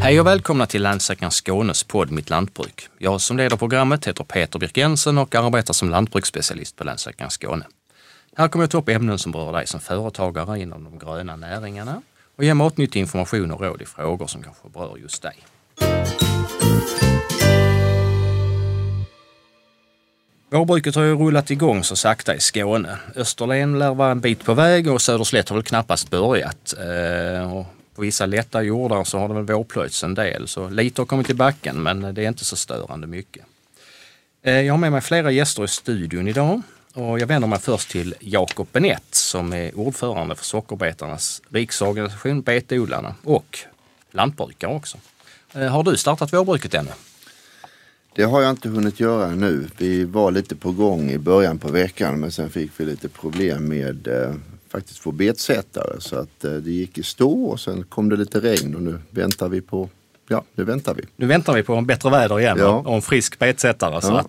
Hej och välkomna till Länssäkran Skånes podd Mitt Lantbruk. Jag som leder programmet heter Peter Birkensen och arbetar som lantbruksspecialist på Länssäkran Skåne. Här kommer jag ta upp ämnen som berör dig som företagare inom de gröna näringarna och ge matnyttig information och råd i frågor som kanske berör just dig. Vårbruket har ju rullat igång så sakta i Skåne. Österlen lär vara en bit på väg och Söderslätt har väl knappast börjat. Och på vissa lätta jordar så har det väl vårplöjts en del, så lite har kommit till backen, men det är inte så störande mycket. Jag har med mig flera gäster i studion idag och jag vänder mig först till Jakob Benett som är ordförande för Sockerbetarnas riksorganisation Betodlarna och lantbrukare också. Har du startat vårbruket ännu? Det har jag inte hunnit göra nu. Vi var lite på gång i början på veckan, men sen fick vi lite problem med faktiskt få betsättare, så att det gick i stå och sen kom det lite regn och nu väntar vi på Nu väntar vi på en bättre väder igen, ja. Och en frisk betsättare. Ja.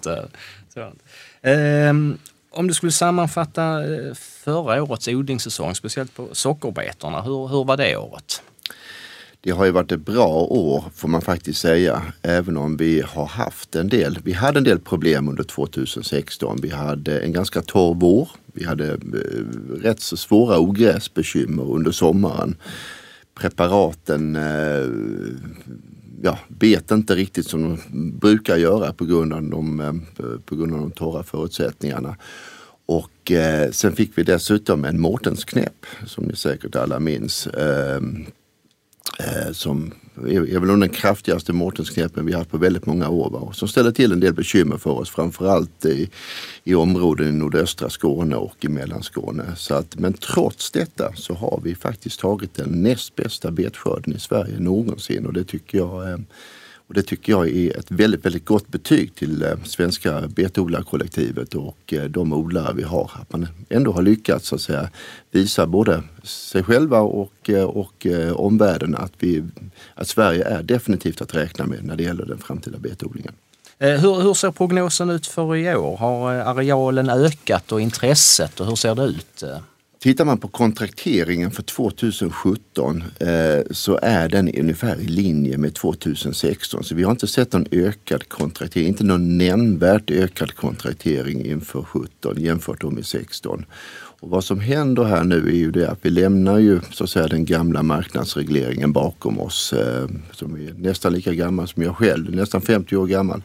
Om du skulle sammanfatta förra årets odlingssäsong, speciellt på sockerbetorna, hur var det året? Det har ju varit ett bra år får man faktiskt säga, även om vi har haft vi hade en del problem under 2016. Vi hade en ganska torr vår, vi hade rätt så svåra ogräsbekymmer under sommaren. Preparaten bet inte riktigt som de brukar göra på grund av de torra förutsättningarna. Och sen fick vi dessutom en Mårtensknäpp som ni säkert alla minns. Som är väl den kraftigaste Mårtensknäppen vi har haft på väldigt många år, som ställer till en del bekymmer för oss, framförallt i områden i nordöstra Skåne och i Mellanskåne. Men trots detta så har vi faktiskt tagit den näst bästa betskörden i Sverige någonsin, och det tycker jag är ett väldigt, väldigt gott betyg till svenska betodlarkollektivet och de odlare vi har. Att man ändå har lyckats så att säga visa både sig själva och omvärlden att Sverige är definitivt att räkna med när det gäller den framtida betodlingen. Hur ser prognosen ut för i år? Har arealen ökat och intresset, och hur ser det ut? Tittar man på kontrakteringen för 2017 så är den ungefär i linje med 2016. Så vi har inte sett någon ökad kontraktering, inte någon nämnvärt ökad kontraktering inför 17 jämfört med 16. Och vad som händer här nu är ju det att vi lämnar ju så att säga den gamla marknadsregleringen bakom oss, som är nästan lika gammal som jag själv, nästan 50 år gammal.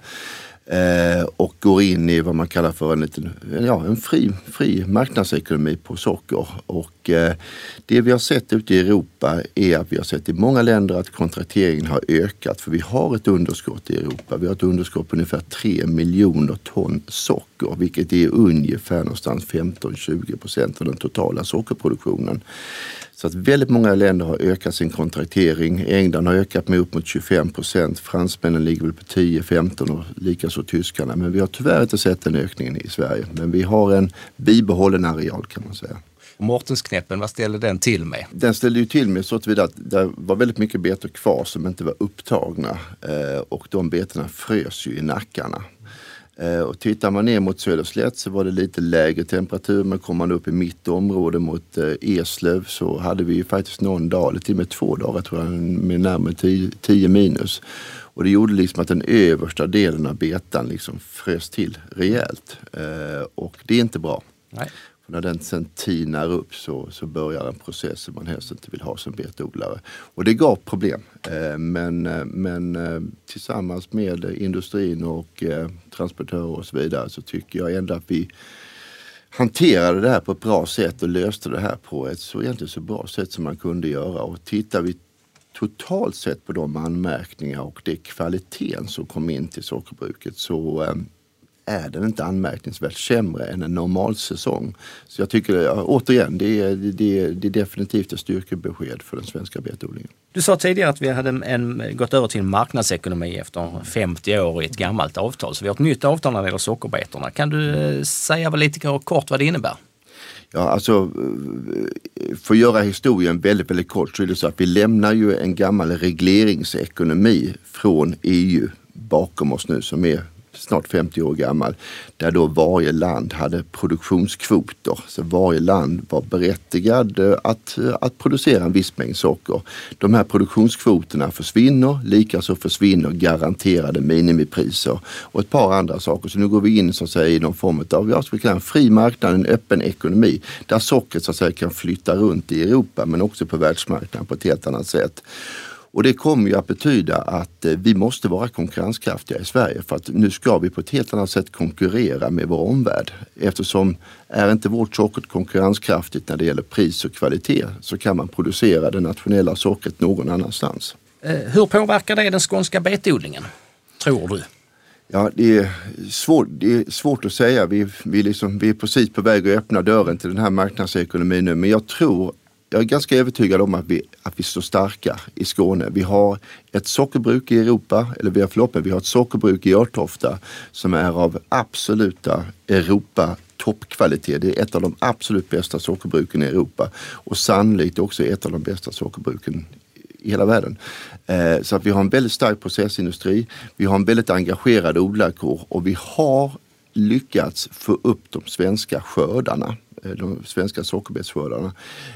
Och går in i vad man kallar för en fri marknadsekonomi på socker. Och det vi har sett ute i Europa är att vi har sett i många länder att kontrakteringen har ökat, för vi har ett underskott i Europa. Vi har ett underskott på ungefär 3 miljoner ton socker, vilket är ungefär någonstans 15-20% av den totala sockerproduktionen. Så att väldigt många länder har ökat sin kontraktering. England har ökat med upp mot 25%. Fransmännen ligger väl på 10-15% och likaså tyskarna. Men vi har tyvärr inte sett den ökningen i Sverige. Men vi har en bibehållen areal kan man säga. Mårtensknäppen, vad ställde den till med? Den ställde ju till med så att det var väldigt mycket betor kvar som inte var upptagna. Och de betorna frös ju i nackarna. Och tittar man ner mot Söderslätt så var det lite lägre temperatur, men kom man upp i mitt område mot Eslöv så hade vi ju faktiskt någon dag, eller till och med 2 dagar tror jag, med närmare 10 minus. Och det gjorde liksom att den översta delen av betan liksom frös till rejält. Och det är inte bra. Nej. För när den sen tinar upp så börjar en process som man helst inte vill ha som betodlare. Och det gav problem. Men tillsammans med industrin och transportörer och så vidare så tycker jag ändå att vi hanterade det här på ett bra sätt och löste det här på ett så bra sätt som man kunde göra. Och tittar vi totalt sett på de anmärkningar och det kvaliteten som kom in till sockerbruket så är den inte anmärkningsvärt sämre än en normal säsong. Så jag tycker återigen, det är definitivt ett styrkebesked för den svenska betodlingen. Du sa tidigare att vi hade gått över till en marknadsekonomi efter 50 år i ett gammalt avtal. Så vi har ett nytt avtal när det gäller sockerbetorna. Kan du säga lite kort vad det innebär? Ja, alltså för att göra historien väldigt, väldigt kort så är det så att vi lämnar ju en gammal regleringsekonomi från EU bakom oss nu som är snart 50 år gammal, där då varje land hade produktionskvoter. Så varje land var berättigad att producera en viss mängd socker. De här produktionskvoterna försvinner, likaså försvinner garanterade minimipriser och ett par andra saker. Så nu går vi in så att säga i någon form av en fri marknad, en öppen ekonomi där sockret så att säga kan flytta runt i Europa men också på världsmarknaden på ett helt annat sätt. Och det kommer ju att betyda att vi måste vara konkurrenskraftiga i Sverige för att nu ska vi på ett helt annat sätt konkurrera med vår omvärld. Eftersom är inte vårt socker konkurrenskraftigt när det gäller pris och kvalitet så kan man producera det nationella sockret någon annanstans. Hur påverkar det den skånska betodlingen, tror du? Ja, det är svårt att säga. Vi är precis på väg att öppna dörren till den här marknadsekonomin nu. Men jag är ganska övertygad om att vi står starka i Skåne. Vi har ett sockerbruk i Europa, vi har ett sockerbruk i Örtofta som är av absoluta Europa toppkvalitet. Det är ett av de absolut bästa sockerbruken i Europa och sannolikt också ett av de bästa sockerbruken i hela världen. Så att vi har en väldigt stark processindustri, vi har en väldigt engagerad odlarkår och vi har lyckats få upp de svenska skördarna, de svenska sockerbetsskördarna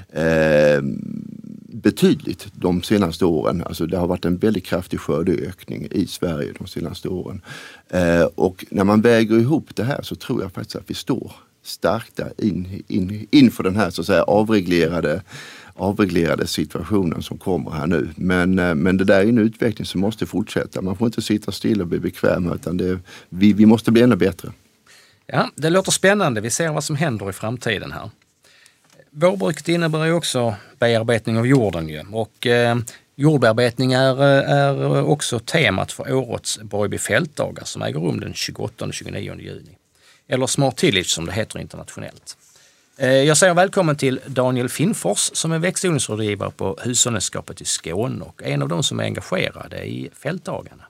betydligt de senaste åren. Alltså det har varit en väldigt kraftig skördeökning i Sverige de senaste åren. Och när man väger ihop det här så tror jag faktiskt att vi står starka inför den här så att säga avreglerade situationen som kommer här nu. Men det där är en utveckling som måste fortsätta. Man får inte sitta still och bli bekväm utan vi måste bli ännu bättre. Ja, det låter spännande. Vi ser vad som händer i framtiden här. Vårbruket innebär ju också bearbetning av jorden ju. Och jordbearbetning är också temat för årets Borrby fältdagar som äger rum den 28 och 29 juni. Eller Smart Tillage som det heter internationellt. Jag säger välkommen till Daniel Finnfors som är växtodlingsrådgivare på Hushållningssällskapet i Skåne och en av de som är engagerade i fältdagarna.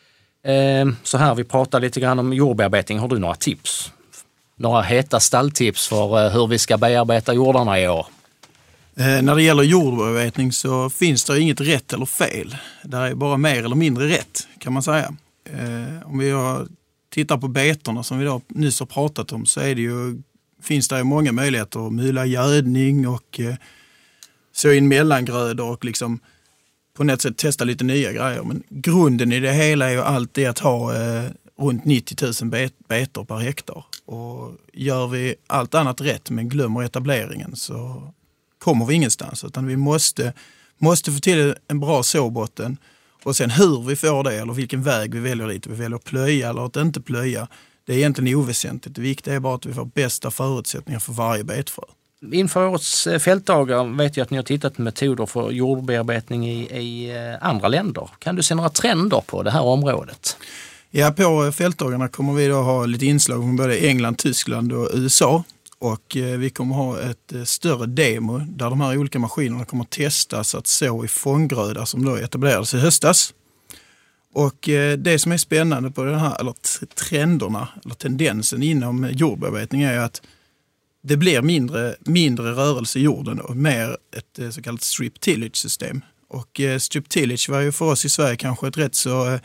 Så här, vi pratar lite grann om jordbearbetning. Har du några tips? Några heta stalltips för hur vi ska bearbeta jordarna i år? När det gäller jordbearbetning så finns det inget rätt eller fel. Det är bara mer eller mindre rätt kan man säga. Om vi tittar på betorna som vi då nyss har pratat om så finns det många möjligheter att mylla gödning och så in mellangrödor och liksom på något sätt testa lite nya grejer. Men grunden i det hela är ju alltid att ha runt 90 000 betor per hektar. Och gör vi allt annat rätt men glömmer etableringen så kommer vi ingenstans. Utan vi måste få till en bra såbotten. Och sen hur vi får det eller vilken väg vi väljer dit. Vi väljer att plöja eller att inte plöja. Det är egentligen oväsentligt. Det viktiga är bara att vi får bästa förutsättningar för varje betfrö. Inför årets fältdagar vet jag att ni har tittat på metoder för jordbearbetning i andra länder. Kan du se några trender på det här området? Ja, på fältdagarna kommer vi då ha lite inslag från både England, Tyskland och USA. Och vi kommer ha ett större demo där de här olika maskinerna kommer testas att så i fånggröda som då etablerades i höstas. Och det som är spännande på den här, eller trenderna, eller tendensen inom jordbearbetning är att det blir mindre rörelse i jorden och mer ett så kallat strip tillage system. Och strip tillage var ju för oss i Sverige kanske ett rätt så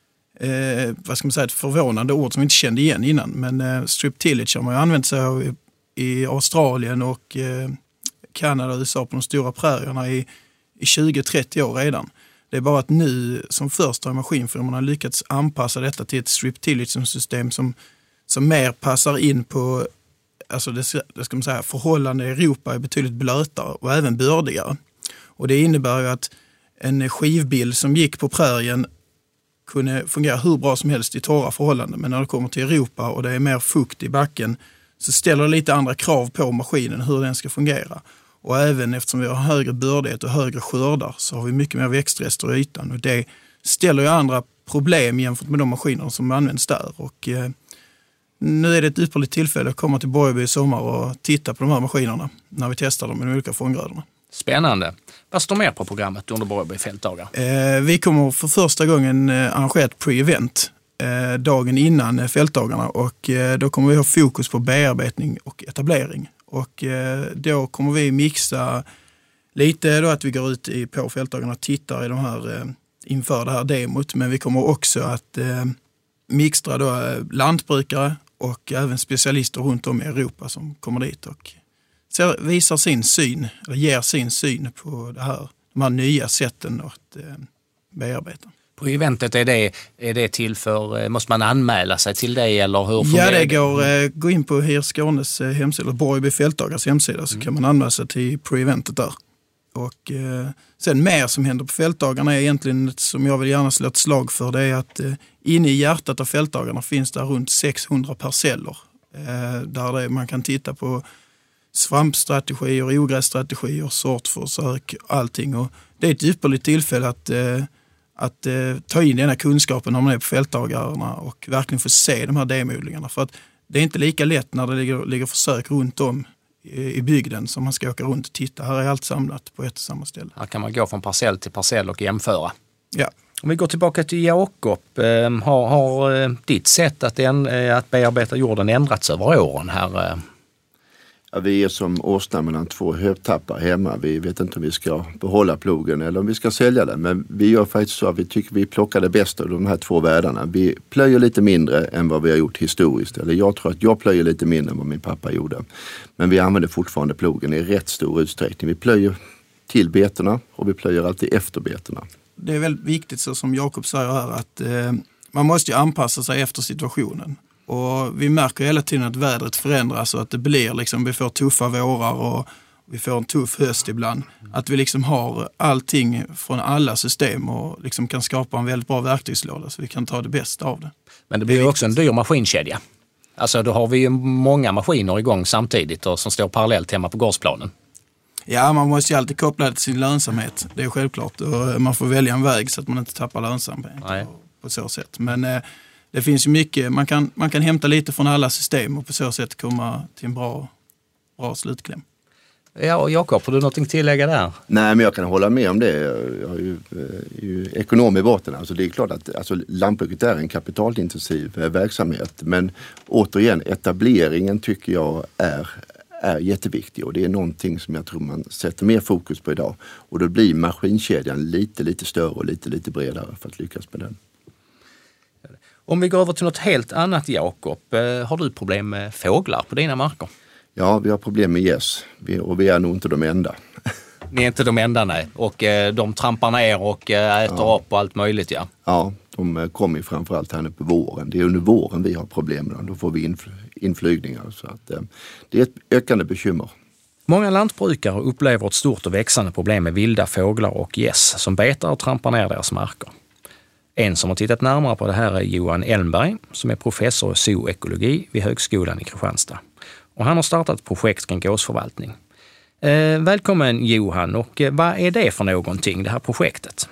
ett förvånande ord som vi inte kände igen innan. Men strip tillage har man ju använt sig av i Australien och Kanada och USA på de stora prärierna i 20-30 år redan. Det är bara att nu som första har maskinfirmorna lyckats anpassa detta till ett strip tillage system som mer passar in på alltså det ska man säga, förhållanden i Europa är betydligt blötare och även bördigare. Och det innebär ju att en skivbild som gick på prärien kunde fungera hur bra som helst i torra förhållanden. Men när det kommer till Europa och det är mer fukt i backen så ställer det lite andra krav på maskinen hur den ska fungera. Och även eftersom vi har högre bördighet och högre skördar så har vi mycket mer växtrester i ytan. Och det ställer ju andra problem jämfört med de maskiner som används där. Och nu är det ett ypperligt tillfälle att komma till Borrby i sommar och titta på de här maskinerna när vi testar dem med de olika fånggrödorna. Spännande. Vad står mer på programmet under Borrby fältdagar? Vi kommer för första gången arrangera ett pre-event dagen innan fältdagarna och då kommer vi ha fokus på bearbetning och etablering. Och då kommer vi mixa lite då att vi går ut på fältdagarna och tittar i de här inför det här demot, men vi kommer också att mixtra då lantbrukare och även specialister runt om i Europa som kommer dit och visar sin syn, eller ger sin syn på de här nya sätten att bearbeta. På eventet är det till för, måste man anmäla sig till det eller hur fungerar det? Ja, det gå in på HIR Skånes hemsida, Borgby Fältdagars hemsida, så kan man anmäla sig till pre-eventet där. Och sen mer som händer på fältdagarna är egentligen, som jag vill gärna slå ett slag för, det är att inne i hjärtat av fältdagarna finns där runt 600 parceller. Där man kan titta på svampstrategier, ogrässtrategier, sortförsök, allting. Och det är ett ypperligt tillfälle att ta in den här kunskapen när man är på fältdagarna och verkligen få se de här demodlingarna. För att det är inte lika lätt när det ligger försök runt om i bygden som man ska åka runt och titta. Här är allt samlat på ett och samma ställe. Här kan man gå från parcell till parcell och jämföra. Ja. Om vi går tillbaka till Jakob, har ditt sätt att bearbeta jorden ändrats över åren här? Ja, vi är som åsna mellan två hötappar hemma. Vi vet inte om vi ska behålla plogen eller om vi ska sälja den. Men vi gör faktiskt så att vi tycker vi plockar det bästa av de här två världarna. Vi plöjer lite mindre än vad vi har gjort historiskt. Eller jag tror att jag plöjer lite mindre än vad min pappa gjorde. Men vi använder fortfarande plogen i rätt stor utsträckning. Vi plöjer till betorna och vi plöjer alltid efter betorna. Det är väldigt viktigt, så som Jakob säger här, att man måste ju anpassa sig efter situationen. Och vi märker hela tiden att vädret förändras och att det blir liksom, vi får tuffa vårar och vi får en tuff höst ibland. Att vi liksom har allting från alla system och liksom kan skapa en väldigt bra verktygslåda så vi kan ta det bästa av det. Men det blir ju också en dyr maskinkedja. Alltså då har vi ju många maskiner igång samtidigt och som står parallellt hemma på gårdsplanen. Ja, man måste ju alltid koppla det till sin lönsamhet. Det är självklart. Och man får välja en väg så att man inte tappar lönsamhet på så sätt. Men det finns ju mycket, man kan hämta lite från alla system och på så sätt komma till en bra slutkläm. Ja, och Jakob, har du någonting tillägga där? Nej, men jag kan hålla med om det. Jag är ju ekonom i botten. Alltså det är klart att lantbruket är en kapitalintensiv verksamhet. Men återigen, etableringen tycker jag är jätteviktig och det är någonting som jag tror man sätter mer fokus på idag. Och då blir maskinkedjan lite större och lite bredare för att lyckas med den. Om vi går över till något helt annat, Jakob, har du problem med fåglar på dina marker? Ja, vi har problem med gäss och vi är nog inte de enda. Ni är inte de enda, nej. Och de trampar ner och äter upp och allt möjligt, ja. Ja, de kommer ju framförallt här nu på våren. Det är under våren vi har problem med dem. Då får vi inflygningar. Så att, det är ett ökande bekymmer. Många lantbrukare upplever ett stort och växande problem med vilda fåglar och gäss som betar och trampar ner deras marker. En som har tittat närmare på det här är Johan Elmberg som är professor i zooekologi vid Högskolan i Kristianstad. Och han har startat ett projekt kring gåsförvaltning. Välkommen Johan, och vad är det för någonting, det här projektet?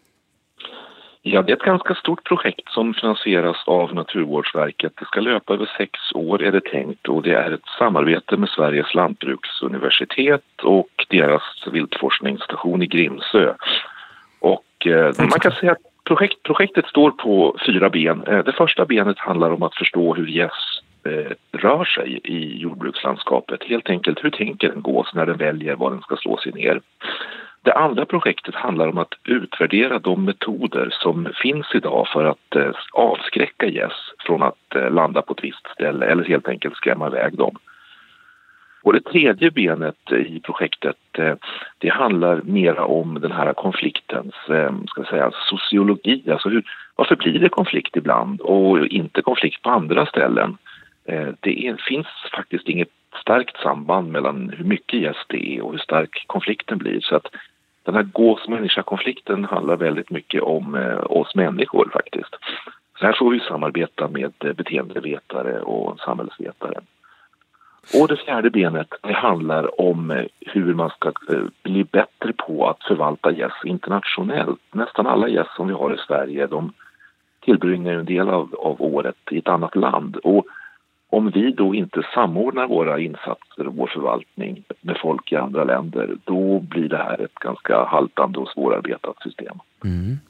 Ja, det är ett ganska stort projekt som finansieras av Naturvårdsverket. Det ska löpa över 6 år är det tänkt och det är ett samarbete med Sveriges lantbruksuniversitet och deras viltforskningsstation i Grimsö. Och man kan säga att projektet står på 4 ben. Det första benet handlar om att förstå hur gäss rör sig i jordbrukslandskapet. Helt enkelt, hur tänker en gås när den väljer var den ska slå sig ner? Det andra projektet handlar om att utvärdera de metoder som finns idag för att avskräcka gäss från att landa på ett visst ställe eller helt enkelt skrämma iväg dem. Och det tredje benet i projektet, det handlar mera om den här konfliktens sociologi. Alltså varför blir det konflikt ibland och inte konflikt på andra ställen? Finns faktiskt inget starkt samband mellan hur mycket gäss det är och hur stark konflikten blir. Så att den här gås-människa-konflikten handlar väldigt mycket om oss människor faktiskt. Så här får vi samarbeta med beteendevetare och samhällsvetare. Och det fjärde benet, det handlar om hur man ska bli bättre på att förvalta gäss internationellt. Nästan alla gäss som vi har i Sverige, de tillbringar en del av året i ett annat land. Och om vi då inte samordnar våra insatser och vår förvaltning med folk i andra länder, då blir det här ett ganska haltande och svårarbetat system. Mm.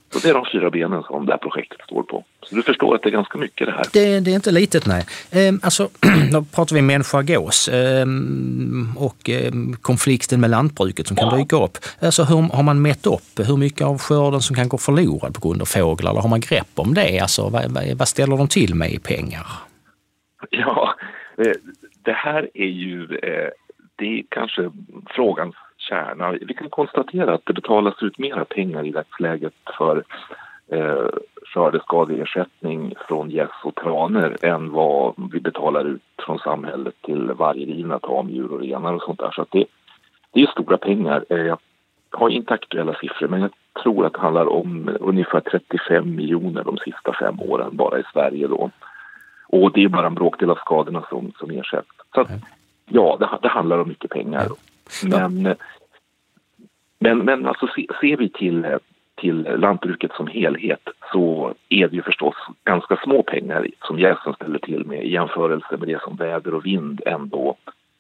Så det är de 4 benen som det här projektet står på. Så du förstår att det är ganska mycket det här. Det är inte litet, nej. Alltså, då pratar vi människa-gås och konflikten med lantbruket som kan dyka upp. Alltså, hur har man mätt upp hur mycket av skörden som kan gå förlorad på grund av fåglar? Eller har man grepp om det? Alltså, vad ställer de till med i pengar? Ja, det här är ju det är kanske frågans kärna. Vi kan konstatera att det betalas ut mera pengar i dagsläget för skördeskadeersättning från gäss och tranor än vad vi betalar ut från samhället till vargrivna tamdjur och renar och sånt där. Så att det är stora pengar. Jag har inte aktuella siffror, men jag tror att det handlar om ungefär 35 miljoner de sista 5 åren bara i Sverige då. Och det är bara en bråkdel av skadorna som ersätts. Så att, ja, det handlar om mycket pengar. Men alltså ser vi till lantbruket som helhet så är det ju förstås ganska små pengar som gässen ställer till med i jämförelse med det som väder och vind ändå.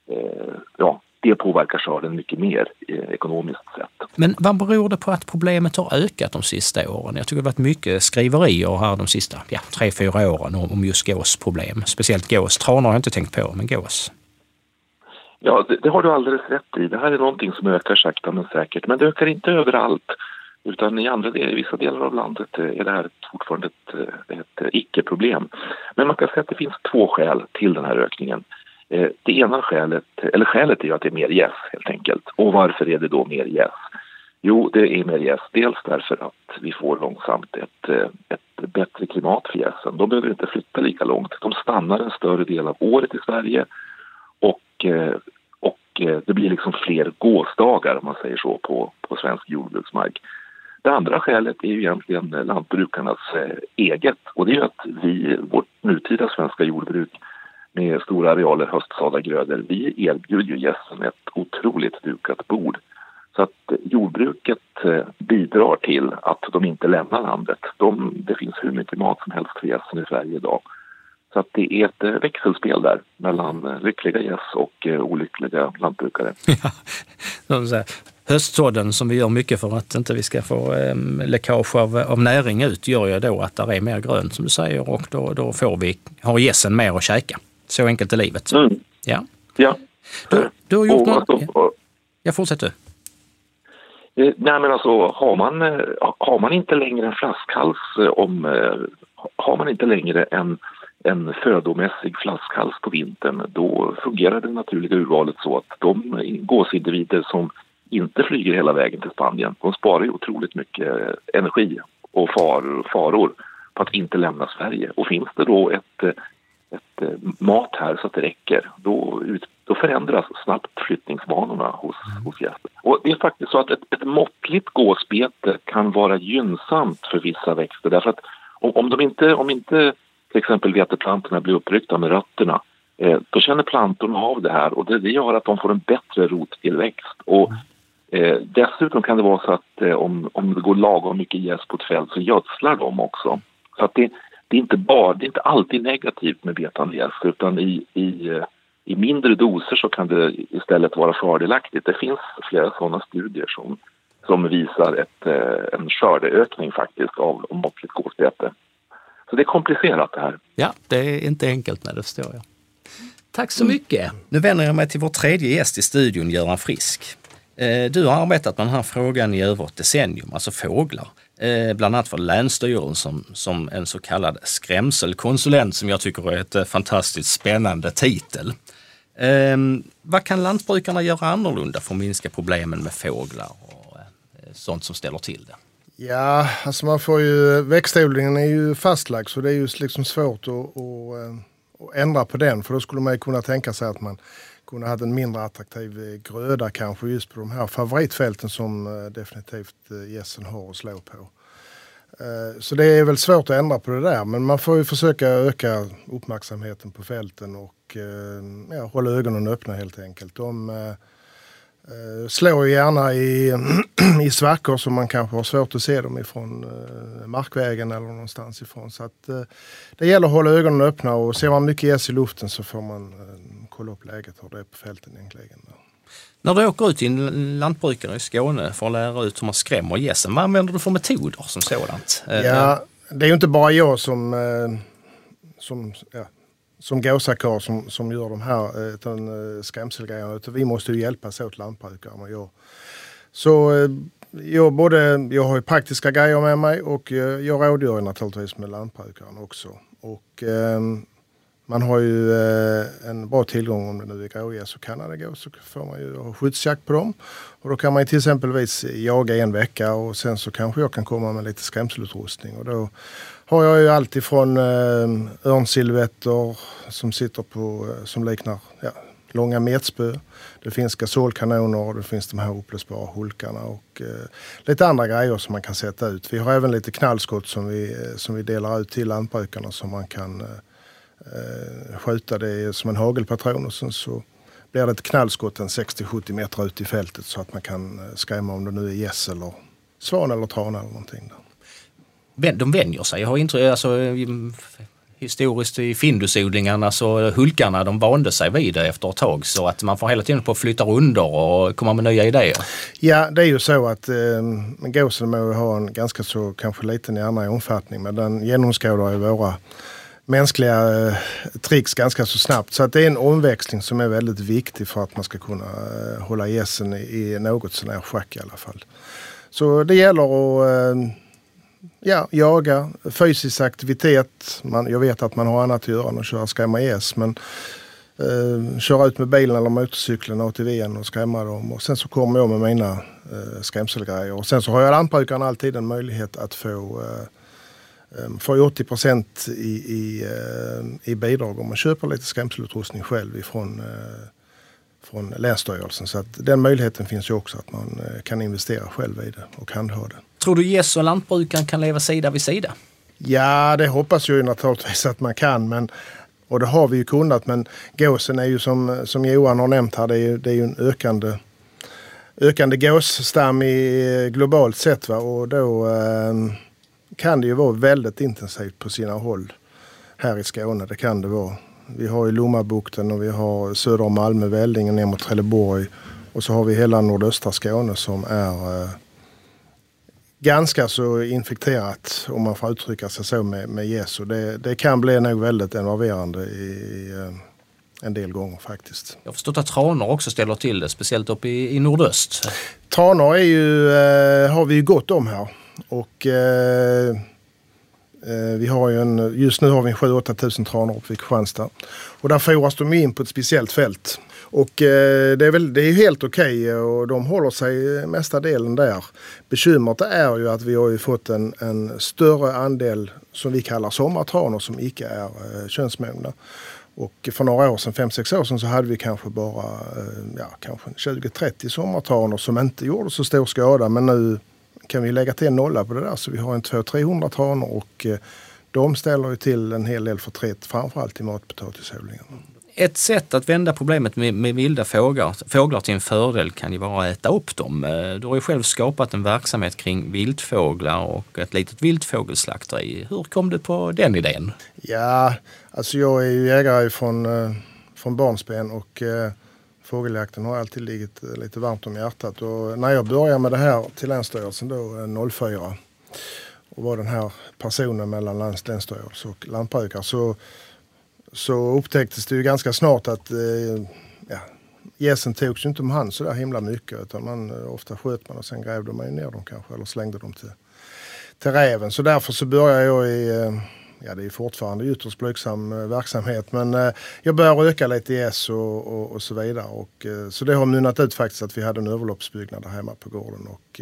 Det påverkar skörden mycket mer ekonomiskt sett. Men vad beror det på att problemet har ökat de sista åren? Jag tycker det har varit mycket skriverier här de sista 3-4 åren om just gåsproblem. Speciellt gås. Tranor har jag inte tänkt på, men gås. Ja, det har du alldeles rätt i. Det här är någonting som ökar sakta men säkert. Men det ökar inte överallt. Utan i vissa delar av landet är det här fortfarande ett icke-problem. Men man kan säga att det finns 2 skäl till den här ökningen. Det ena skälet är ju att det är mer gäss helt enkelt. Och varför är det då mer gäss? Jo, det är mer gäss dels därför att vi får långsamt ett bättre klimat för gässen. De behöver inte flytta lika långt. De stannar en större del av året i Sverige och det blir liksom fler gåsdagar om man säger så på svensk jordbruksmark. Det andra skälet är ju egentligen lantbrukarnas eget, och det är ju att vårt nutida svenska jordbruk med stora arealer höstsådda grödor, vi erbjuder ju gässen ett otroligt dukat bord. Så att jordbruket bidrar till att de inte lämnar landet. Det finns hur mycket mat som helst för gässen i Sverige idag. Så att det är ett växelspel där mellan lyckliga gäss och olyckliga lantbrukare. Ja, höstsådden som vi gör mycket för att inte vi ska få läckage av näring ut gör ju då att det är mer grönt som du säger, och då har gässen mer att käka. Så enkelt är livet. Mm. Ja. Du har gjort något... Jag fortsätter. Nej, men alltså har man inte längre en flaskhals har man inte längre en födomässig flaskhals på vintern, då fungerar det naturliga urvalet så att de gåsindivider som inte flyger hela vägen till Spanien, de sparar ju otroligt mycket energi och faror på att inte lämna Sverige. Och finns det då ett mat här så att det räcker, då förändras snabbt flyttningsbanorna hos gäster. Och det är faktiskt så att ett måttligt gåsbete kan vara gynnsamt för vissa växter, därför att om inte till exempel veteplantorna blir uppryckta med rötterna, då känner plantorna av det här, och det gör att de får en bättre rottillväxt. Och dessutom kan det vara så att om det går lagom mycket gäss på ett fält så gödslar de också. Så att det är inte alltid negativt med betande gäss, utan i mindre doser så kan det istället vara fördelaktigt. Det finns flera sådana studier som visar en skördeökning faktiskt av måttligt gåsbete. Så det är komplicerat det här. Ja, det är inte enkelt, när det förstår jag. Tack så mycket. Nu vänder jag mig till vår tredje gäst i studion, Göran Frisk. Du har arbetat med den här frågan i över ett decennium, alltså fåglar. Bland annat för Länsstyrelsen som en så kallad skrämselkonsulent, som jag tycker är ett fantastiskt spännande titel. Vad kan lantbrukarna göra annorlunda för att minska problemen med fåglar och sånt som ställer till det? Ja, alltså växtodlingen är ju fastlagd, så det är ju liksom svårt att ändra på den, för då skulle man ju kunna tänka sig att man kunde ha en mindre attraktiv gröda kanske just på de här favoritfälten som definitivt gässen har att slå på. Så det är väl svårt att ändra på det där, men man får ju försöka öka uppmärksamheten på fälten och hålla ögonen öppna helt enkelt. De slår gärna i svackor som man kanske har svårt att se dem ifrån markvägen eller någonstans ifrån. Så att det gäller att hålla ögonen öppna, och ser man mycket gäss i luften så får man kolla upp läget hur det är på fälten egentligen. När du åker ut till en lantbrukare i Skåne för att lära ut hur man skrämmer gässen, vad använder du för metoder som sådant? Ja, det är ju inte bara jag som gåsakar som gör de här skrämselgrejerna, utan vi måste ju hjälpas åt lantbrukare. Så jag har ju praktiska grejer med mig och jag rådgör naturligtvis med lantbrukaren också. Och man har ju en bra tillgång om det nu är grågäss och kanadagås, så får man ju ha skyddsjakt på dem. Och då kan man ju till exempelvis jaga en vecka och sen så kanske jag kan komma med lite skrämselutrustning. Och då har jag ju alltid från örnsilvetter som sitter på, som liknar långa metspö. Det finns gasolkanoner och det finns de här upplösbara hulkarna och lite andra grejer som man kan sätta ut. Vi har även lite knallskott som vi delar ut till lantbrukarna som man kan skjuta det som en hagelpatron och sen så blir det ett knallskott en 60-70 meter ut i fältet så att man kan skrämma om det nu är gäss eller svan eller trana eller någonting där. De vänjer sig. Jag har inte, historiskt i findusodlingarna så hulkarna de vande sig vid det efter ett tag så att man får hela tiden på att flytta runder och komma med nya idéer. Ja, det är ju så att gåsen må ha en ganska så kanske liten hjärna i omfattning men den genomskådar ju våra mänskliga tricks ganska så snabbt. Så att det är en omväxling som är väldigt viktig för att man ska kunna hålla gässen i något sån här schack i alla fall. Så det gäller att jaga, fysisk aktivitet. Jag vet att man har annat att göra än att köra skrämma gäss, men köra ut med bilen eller motorcykeln ATV:n och skrämma dem. Och sen så kommer jag med mina skrämselgrejer. Och sen så har jag lantbrukaren alltid en möjlighet att få 80% i bidrag om man köper lite skrämselutrustning själv från Länsstyrelsen. Så att den möjligheten finns ju också att man kan investera själv i det och handha det. Tror du gäss och lantbrukaren kan leva sida vid sida? Ja, det hoppas jag ju naturligtvis att man kan. Och det har vi ju kunnat. Men gåsen är ju som Johan har nämnt här, det är ju en ökande gåsstam globalt sett. Va? Och då kan det ju vara väldigt intensivt på sina håll här i Skåne. Det kan det vara. Vi har ju Lommabukten och vi har söder om Malmö, Vällingen ner mot Trelleborg. Och så har vi hela nordöstra Skåne som är ganska så infekterat, om man får uttrycka sig så, med gäss. Och det kan bli nog väldigt enerverande i en del gånger faktiskt. Jag har förstått att tranor också ställer till det, speciellt uppe i nordöst. Tranor är ju, har vi ju gott om här. Och vi har ju just nu har vi 7-8 tusen tranor uppe vid Kristianstad. Och där foras de in på ett speciellt fält. Och det är ju helt okej och de håller sig mesta delen där. Bekymret är ju att vi har ju fått en större andel som vi kallar sommartranor som icke är könsmogna. Och för några år sedan, 5-6 år sedan, så hade vi kanske bara kanske 20-30 sommartranor som inte gjorde så stor skada. Men nu kan vi lägga till en nolla på det där, så vi har 200-300 tranor och de ställer ju till en hel del förtret, framförallt i matpotatisodlingen. Ett sätt att vända problemet med vilda fåglar till en fördel kan ju vara att äta upp dem. Du har ju själv skapat en verksamhet kring viltfåglar och ett litet viltfågelslakteri. Hur kom du på den idén? Ja, alltså jag är ju jägare från barnsben och fågeljakten har alltid ligget lite varmt om hjärtat. Och när jag började med det här till Länsstyrelsen då 04 och var den här personen mellan Länsstyrelsen och lantbrukare, så upptäcktes det ju ganska snart att gässen togs ju inte om hand så där himla mycket, utan ofta sköt man och sen grävde man ju ner dem kanske eller slängde dem till räven. Så därför så började jag det är fortfarande ytterst blygsam verksamhet, men jag började röka lite gäss och så vidare. Och, så det har mynnat ut faktiskt att vi hade en överloppsbyggnad där hemma på gården. Och,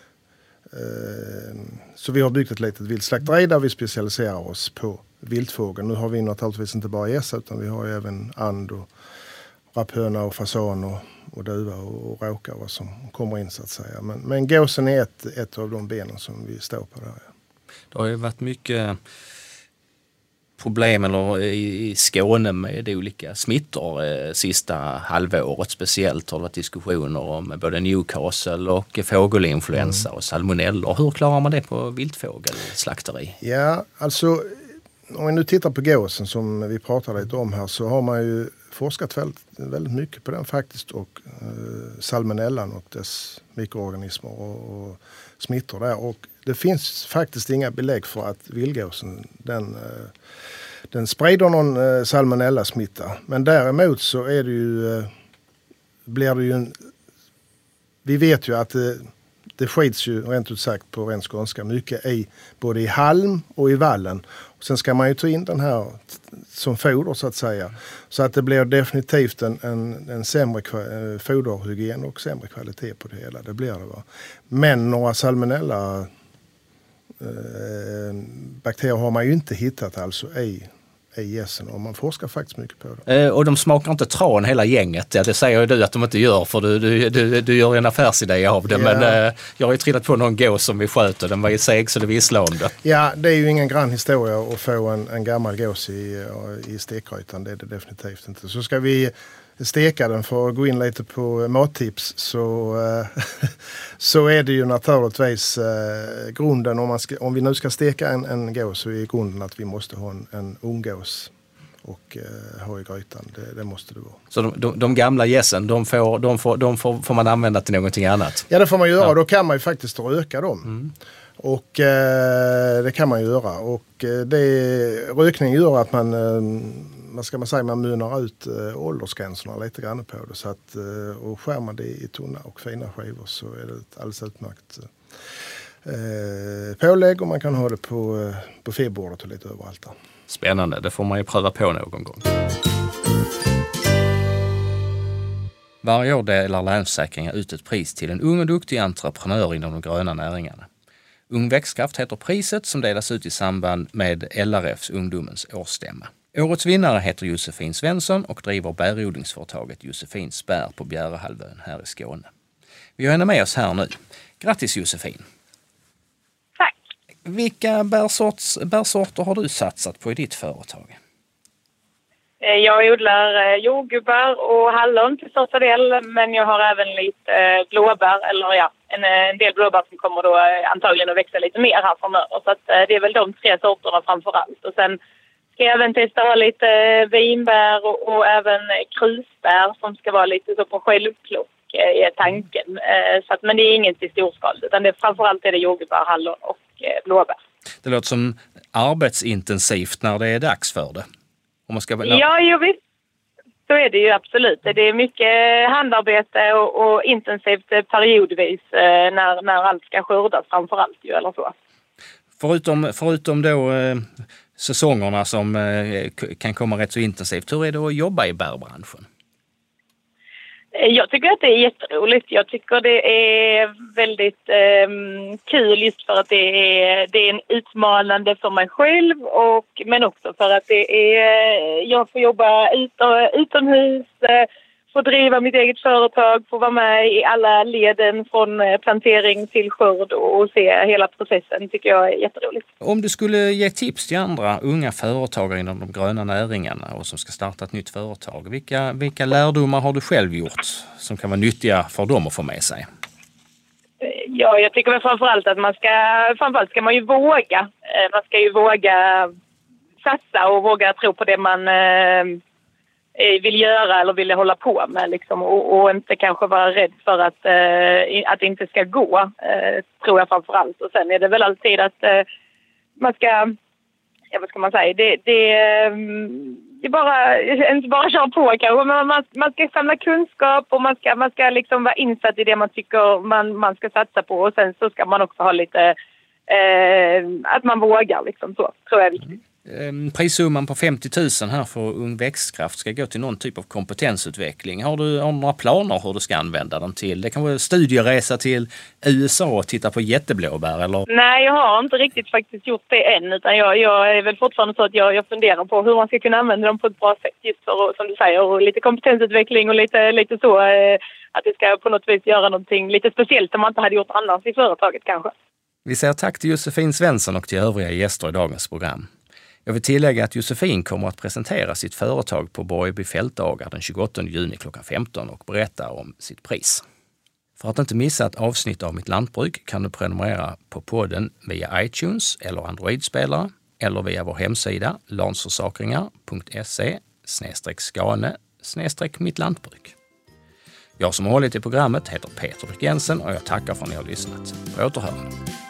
så vi har byggt ett litet viltslakteri där vi specialiserar oss på viltfågel. Nu har vi naturligtvis inte bara gäss, utan vi har ju även and och rapphöna och fasan och duva och råka vad som kommer in så att säga. Men gåsen är ett av de benen som vi står på där. Det har ju varit mycket problem i Skåne med olika smittor sista halvåret. Speciellt har det varit diskussioner om både Newcastle och fågelinfluensa och salmonella. Hur klarar man det på viltfågelslakteri? Ja, alltså om vi nu tittar på gåsen som vi pratade lite om här, så har man ju forskat väldigt mycket på den faktiskt, och salmonellan och dess mikroorganismer och smittor där. Och det finns faktiskt inga belägg för att vildgåsen den sprider någon salmonella-smitta. Men däremot så är det ju, blir det ju vi vet ju att det skids ju rent ut sagt på ren skånska mycket både i halm och i vallen. Och sen ska man ju ta in den här som foder så att säga. Så att det blir definitivt en sämre foderhygien och sämre kvalitet på det hela. Det blir det, va. Men några salmonella bakterier har man ju inte hittat alltså i gässen, och man forskar faktiskt mycket på det. Och de smakar inte tran hela gänget. Ja, det säger ju du att de inte gör, för du gör en affärsidé av det. Ja. Men jag har ju trillat på någon gås som vi sköter. Den var ju seg så det visslar om det. Ja, det är ju ingen grann historia att få en gammal gås i stekgrytan. Det är det definitivt inte. Så ska vi steka den, för att gå in lite på mattips, så är det ju naturligtvis grunden, om vi nu ska steka en gås, så är grunden att vi måste ha en ungås och ha i grytan. Det måste det vara. Så de gamla gässen, de får man använda till någonting annat? Ja, det får man göra. Ja. Då kan man ju faktiskt röka dem. Mm. Och det kan man göra. Och rökning gör att man munnar ut åldersgränserna lite grann på det. Så att, och skär man det i tunna och fina skivor så är det ett alldeles utmärkt pålägg, och man kan ha det på buffébordet och lite överallt där. Spännande, det får man ju pröva på någon gång. Varje år delar Länsförsäkringar ut ett pris till en ung och duktig entreprenör inom de gröna näringarna. Ung växtkraft heter priset, som delas ut i samband med LRFs ungdomens årsstämma. Årets vinnare heter Josefin Svensson och driver bärodlingsföretaget Josefins bär på Bjärehalvön här i Skåne. Vi har henne med oss här nu. Grattis Josefin! Tack! Vilka bärsorter har du satsat på i ditt företag? Jag odlar jordgubbar och hallon till största del, men jag har även lite blåbär, eller en del blåbär som kommer då antagligen att växa lite mer här framöver. Så att det är väl de 3 sorterna framför allt. Och sen ska jag även testa lite vinbär och även krusbär som ska vara lite så på självplock i tanken. Så att, men det är inget i storskal, utan det framförallt är det jordgubbar, hallon och blåbär. Det låter som arbetsintensivt när det är dags för det. Om man ska... Ja, visst. Så är det ju absolut. Det är mycket handarbete och intensivt periodvis när allt ska skördas framförallt ju, eller så. Förutom då säsongerna som kan komma rätt så intensivt, hur är det att jobba i bärbranschen? Jag tycker att det är jätteroligt. Jag tycker det är väldigt kul just för att det är en utmanande för mig själv, men också för att jag får jobba utomhus, får driva mitt eget företag, får vara med i alla leden från plantering till skörd och se hela processen, tycker jag är jätteroligt. Om du skulle ge tips till andra unga företagare inom de gröna näringarna och som ska starta ett nytt företag, vilka lärdomar har du själv gjort som kan vara nyttiga för dem att få med sig? Ja, jag tycker väl framförallt att framförallt ska man ju våga. Man ska ju våga satsa och våga tro på det man vill göra eller vill hålla på med liksom, och inte kanske vara rädd för att det inte ska gå, tror jag framförallt. Och sen är det väl alltid att man ska, vad ska man säga, det är bara, inte bara köra på kanske, men man ska samla kunskap och man ska liksom vara insatt i det man tycker man ska satsa på, och sen så ska man också ha lite att man vågar liksom, så tror jag är viktigt. Prissumman på 50 000 här för ung växtkraft ska gå till någon typ av kompetensutveckling. Har du några planer hur du ska använda den till? Det kan vara studieresa till USA och titta på jätteblåbär, eller? Nej, jag har inte riktigt faktiskt gjort det än, utan jag är väl fortfarande så att jag funderar på hur man ska kunna använda dem på ett bra sätt, just för, som du säger, och lite kompetensutveckling och lite så att det ska på något vis göra någonting lite speciellt som man inte hade gjort annars i företaget kanske. Vi säger tack till Josefin Svensson och till övriga gäster i dagens program. Jag vill tillägga att Josefin kommer att presentera sitt företag på Borgeby fältdagar den 28 juni klockan 15 och berätta om sitt pris. För att inte missa ett avsnitt av Mitt lantbruk kan du prenumerera på podden via iTunes eller Android-spelare eller via vår hemsida lansförsakringar.se/Skane www.mittlandbruk. Jag som har hållit i programmet heter Peter Jensen och jag tackar för att ni har lyssnat. På återhörande.